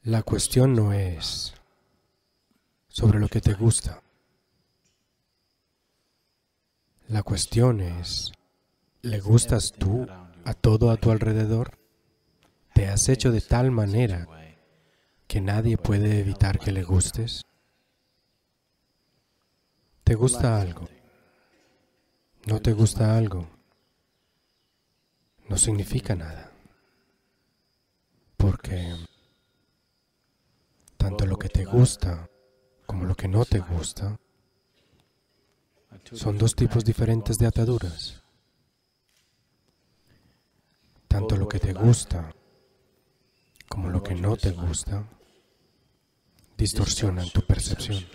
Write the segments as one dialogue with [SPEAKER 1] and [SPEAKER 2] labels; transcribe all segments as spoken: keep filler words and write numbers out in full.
[SPEAKER 1] La cuestión no es sobre lo que te gusta. La cuestión es, ¿le gustas tú a todo a tu alrededor? ¿Te has hecho de tal manera que nadie puede evitar que le gustes? ¿Te gusta algo? ¿No te gusta algo? No significa nada. Porque tanto lo que te gusta como lo que no te gusta son dos tipos diferentes de ataduras. Tanto lo que te gusta como lo que no te gusta distorsionan tu percepción.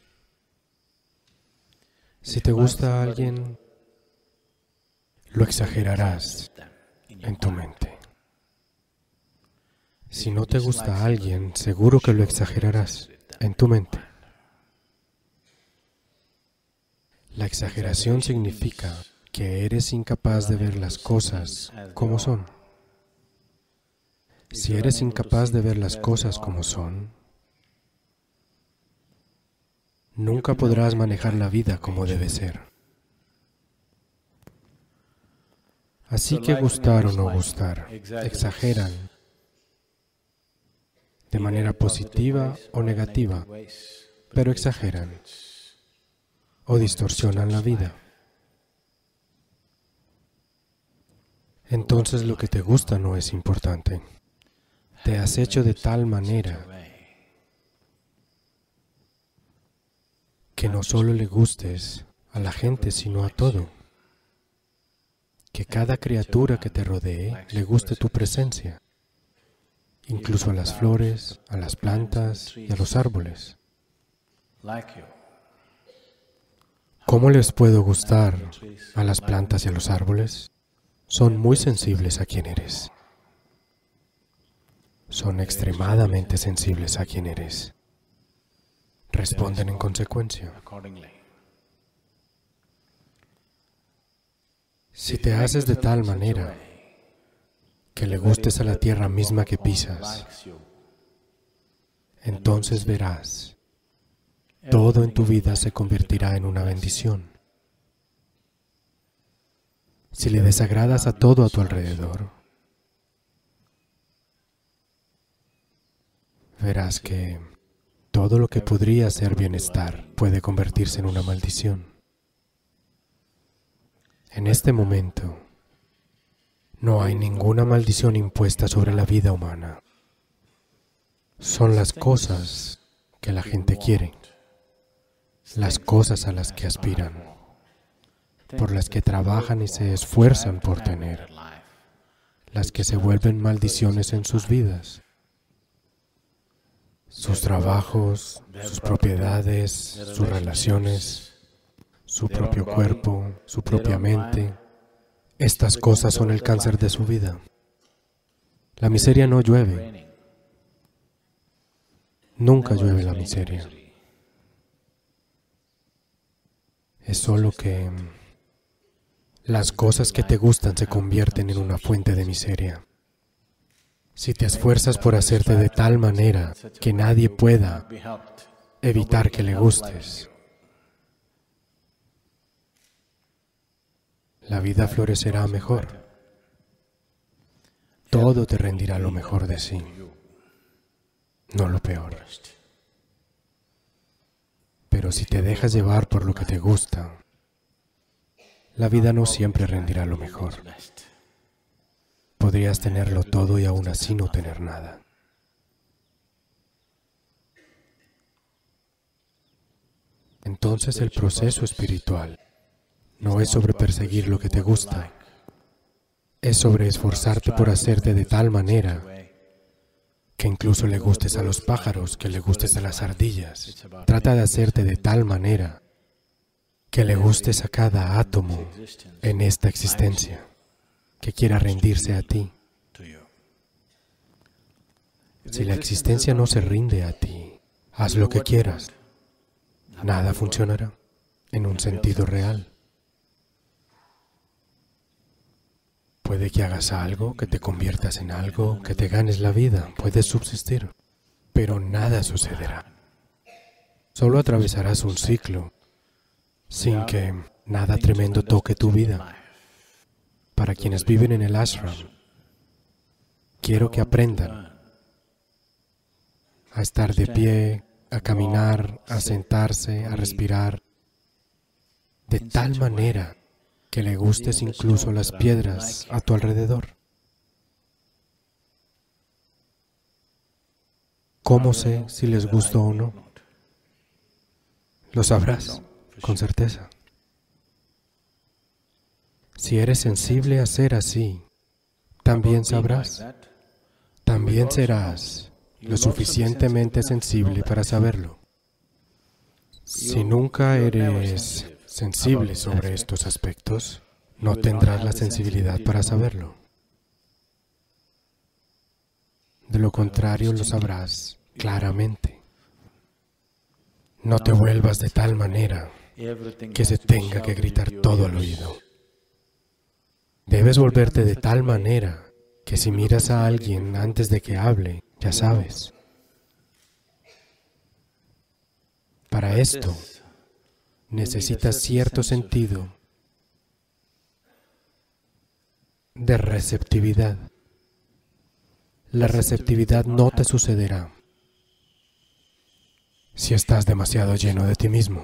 [SPEAKER 1] Si te gusta a alguien, lo exagerarás en tu mente. Si no te gusta a alguien, seguro que lo exagerarás en tu mente. La exageración significa que eres incapaz de ver las cosas como son. Si eres incapaz de ver las cosas como son, nunca podrás manejar la vida como debe ser. Así que gustar o no gustar, exageran de manera positiva o negativa, pero exageran o distorsionan la vida. Entonces lo que te gusta no es importante. Te has hecho de tal manera que no solo le gustes a la gente, sino a todo. Que cada criatura que te rodee le guste tu presencia, incluso a las flores, a las plantas y a los árboles. ¿Cómo les puedo gustar a las plantas y a los árboles? Son muy sensibles a quién eres. Son extremadamente sensibles a quién eres. Responden en consecuencia. Si te haces de tal manera que le gustes a la tierra misma que pisas, entonces verás, todo en tu vida se convertirá en una bendición. Si le desagradas a todo a tu alrededor, verás que todo lo que podría ser bienestar puede convertirse en una maldición. En este momento, no hay ninguna maldición impuesta sobre la vida humana. Son las cosas que la gente quiere, las cosas a las que aspiran, por las que trabajan y se esfuerzan por tener, las que se vuelven maldiciones en sus vidas. Sus trabajos, sus propiedades, sus relaciones, su propio cuerpo, su propia mente. Estas cosas son el cáncer de su vida. La miseria no llueve. Nunca llueve la miseria. Es solo que las cosas que te gustan se convierten en una fuente de miseria. Si te esfuerzas por hacerte de tal manera que nadie pueda evitar que le gustes, la vida florecerá mejor. Todo te rendirá lo mejor de sí, no lo peor. Pero si te dejas llevar por lo que te gusta, la vida no siempre rendirá lo mejor. Podrías tenerlo todo y aún así no tener nada. Entonces el proceso espiritual no es sobre perseguir lo que te gusta, es sobre esforzarte por hacerte de tal manera que incluso le gustes a los pájaros, que le gustes a las ardillas. Trata de hacerte de tal manera que le gustes a cada átomo en esta existencia, que quiera rendirse a ti. Si la existencia no se rinde a ti, haz lo que quieras. Nada funcionará en un sentido real. Puede que hagas algo, que te conviertas en algo, que te ganes la vida, puedes subsistir. pero nada sucederá. Solo atravesarás un ciclo sin que nada tremendo toque tu vida. Para quienes viven en el ashram, quiero que aprendan a estar de pie, a caminar, a sentarse, a respirar, de tal manera que le gustes incluso las piedras a tu alrededor. ¿Cómo sé si les gustó o no? Lo sabrás, con certeza. Si eres sensible a ser así, también sabrás. También serás lo suficientemente sensible para saberlo. Si nunca eres sensible sobre estos aspectos, no tendrás la sensibilidad para saberlo. De lo contrario, lo sabrás claramente. No te vuelvas de tal manera que se tenga que gritar todo al oído. Debes volverte de tal manera que si miras a alguien antes de que hable, ya sabes. Para esto, necesitas cierto sentido de receptividad. La receptividad no te sucederá si estás demasiado lleno de ti mismo.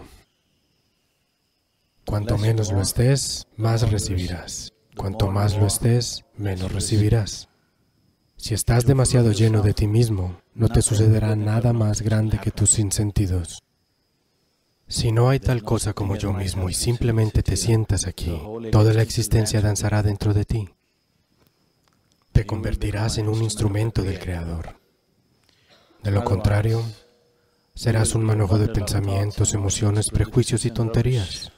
[SPEAKER 1] Cuanto menos lo estés, más recibirás. Cuanto más lo estés, menos recibirás. Si estás demasiado lleno de ti mismo, no te sucederá nada más grande que tus sinsentidos. Si no hay tal cosa como yo mismo y simplemente te sientas aquí, toda la existencia danzará dentro de ti. Te convertirás en un instrumento del Creador. De lo contrario, serás un manojo de pensamientos, emociones, prejuicios y tonterías.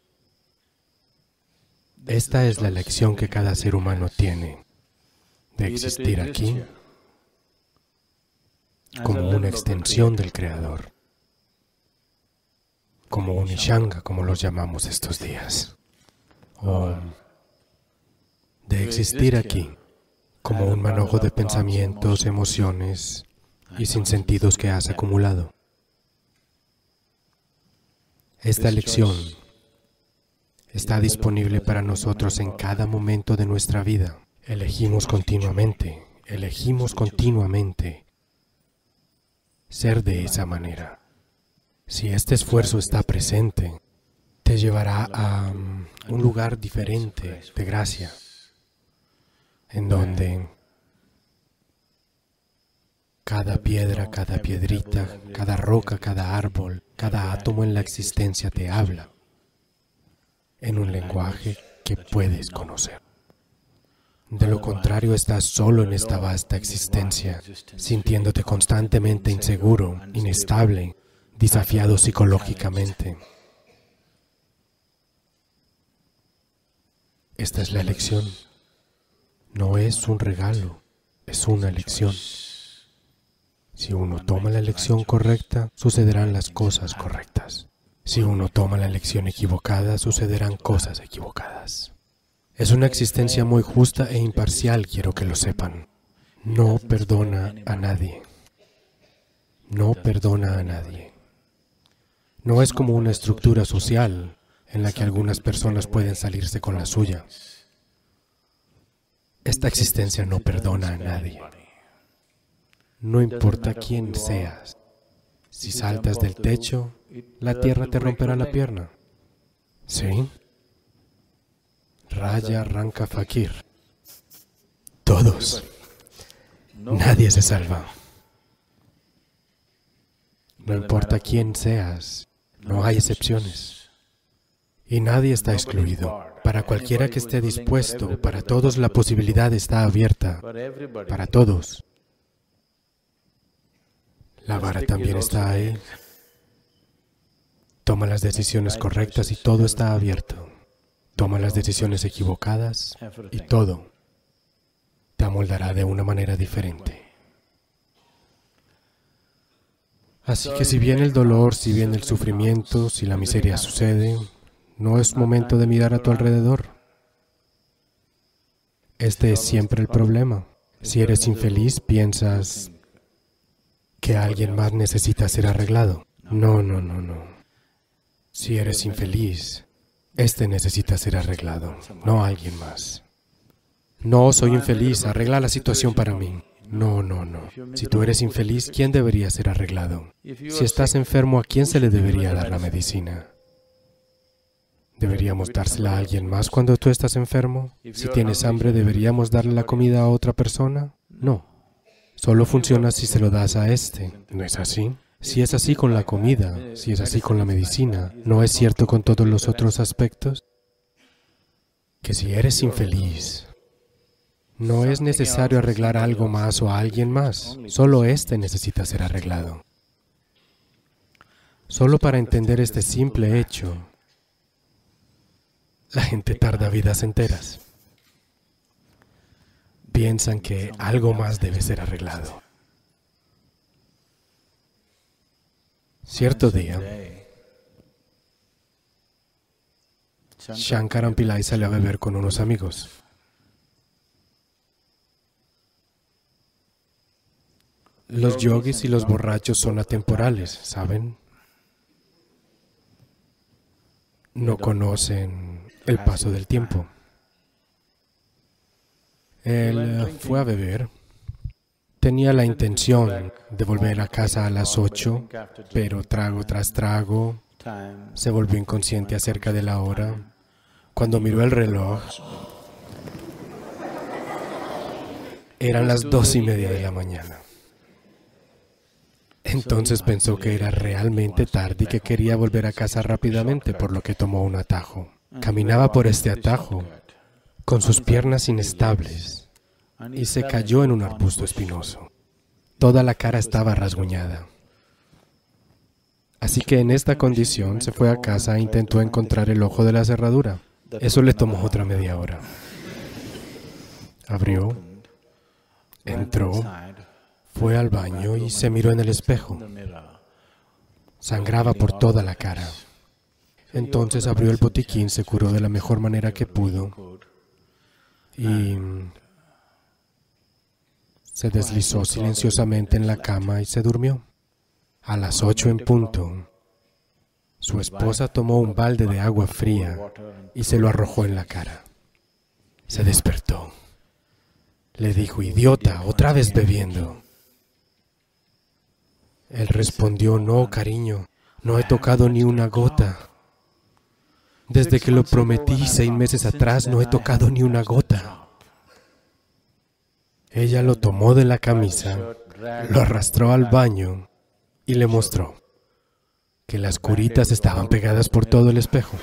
[SPEAKER 1] Esta es la lección que cada ser humano tiene de existir aquí como una extensión del Creador, como un Ishanga, como los llamamos estos días, o de existir aquí como un manojo de pensamientos, emociones y sinsentidos que has acumulado. Esta lección está disponible para nosotros en cada momento de nuestra vida. Elegimos continuamente, elegimos continuamente ser de esa manera. Si este esfuerzo está presente, te llevará a um, un lugar diferente de gracia, en donde cada piedra, cada piedrita, cada roca, cada árbol, cada átomo en la existencia te habla en un lenguaje que puedes conocer. De lo contrario, estás solo en esta vasta existencia, sintiéndote constantemente inseguro, inestable, desafiado psicológicamente. Esta es la elección. No es un regalo, es una elección. Si uno toma la elección correcta, sucederán las cosas correctas. Si uno toma la elección equivocada, sucederán cosas equivocadas. Es una existencia muy justa e imparcial, quiero que lo sepan. No perdona a nadie. No perdona a nadie. No es como una estructura social en la que algunas personas pueden salirse con la suya. Esta existencia no perdona a nadie. No importa quién seas. Si saltas del techo, la tierra te romperá la pierna. ¿Sí? Raya, Ranka, Fakir. Todos. Nadie se salva. No importa quién seas, no hay excepciones. Y nadie está excluido. Para cualquiera que esté dispuesto, para todos la posibilidad está abierta. Para todos. La vara también está ahí. Toma las decisiones correctas y todo está abierto. Toma las decisiones equivocadas y todo te amoldará de una manera diferente. Así que si viene el dolor, si viene el sufrimiento, si la miseria sucede, no es momento de mirar a tu alrededor. Este es siempre el problema. Si eres infeliz, piensas, que alguien más necesita ser arreglado. No, no, no, no. Si eres infeliz, este necesita ser arreglado, no alguien más. No, soy infeliz, arregla la situación para mí. No, no, no. Si tú eres infeliz, ¿quién debería ser arreglado? Si estás enfermo, ¿a quién se le debería dar la medicina? ¿Deberíamos dársela a alguien más cuando tú estás enfermo? Si tienes hambre, ¿deberíamos darle la comida a otra persona? No. Solo funciona si se lo das a este. ¿No es así? Si es así con la comida, si es así con la medicina, ¿no es cierto con todos los otros aspectos? Que si eres infeliz, no es necesario arreglar algo más o a alguien más. Solo este necesita ser arreglado. Solo para entender este simple hecho, la gente tarda vidas enteras. Piensan que algo más debe ser arreglado. Cierto día, Shankaran Pillai salió a beber con unos amigos. Los yogis y los borrachos son atemporales, ¿saben? No conocen el paso del tiempo. Él fue a beber. Tenía la intención de volver a casa a las ocho, pero trago tras trago, se volvió inconsciente acerca de la hora. Cuando miró el reloj, eran las dos y media de la mañana. Entonces pensó que era realmente tarde y que quería volver a casa rápidamente, por lo que tomó un atajo. Caminaba por este atajo con sus piernas inestables y se cayó en un arbusto espinoso. Toda la cara estaba rasguñada. Así que en esta condición se fue a casa e intentó encontrar el ojo de la cerradura. Eso le tomó otra media hora. Abrió, entró, fue al baño y se miró en el espejo. Sangraba por toda la cara. Entonces abrió el botiquín, se curó de la mejor manera que pudo y se deslizó silenciosamente en la cama y se durmió. A las ocho en punto, su esposa tomó un balde de agua fría y se lo arrojó en la cara. Se despertó. Le dijo, idiota, otra vez bebiendo. Él respondió, no, cariño, no he tocado ni una gota. Desde que lo prometí seis meses atrás, no he tocado ni una gota. Ella lo tomó de la camisa, lo arrastró al baño y le mostró que las curitas estaban pegadas por todo el espejo.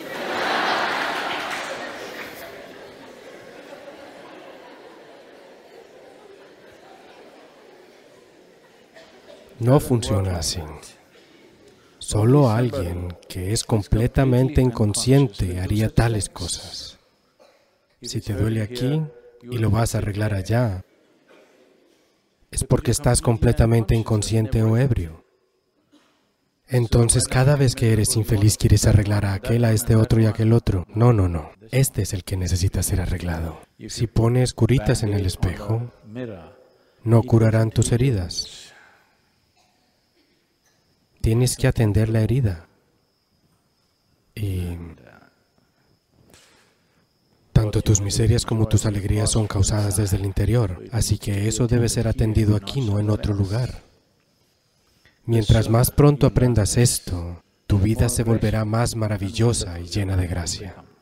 [SPEAKER 1] No funciona así. Solo alguien que es completamente inconsciente haría tales cosas. Si te duele aquí y lo vas a arreglar allá, es porque estás completamente inconsciente o ebrio. Entonces, cada vez que eres infeliz, quieres arreglar a aquel, a este otro y a aquel otro. No, no, no. Este es el que necesita ser arreglado. Si pones curitas en el espejo, no curarán tus heridas. Tienes que atender la herida. Y tanto tus miserias como tus alegrías son causadas desde el interior. Así que eso debe ser atendido aquí, no en otro lugar. Mientras más pronto aprendas esto, tu vida se volverá más maravillosa y llena de gracia.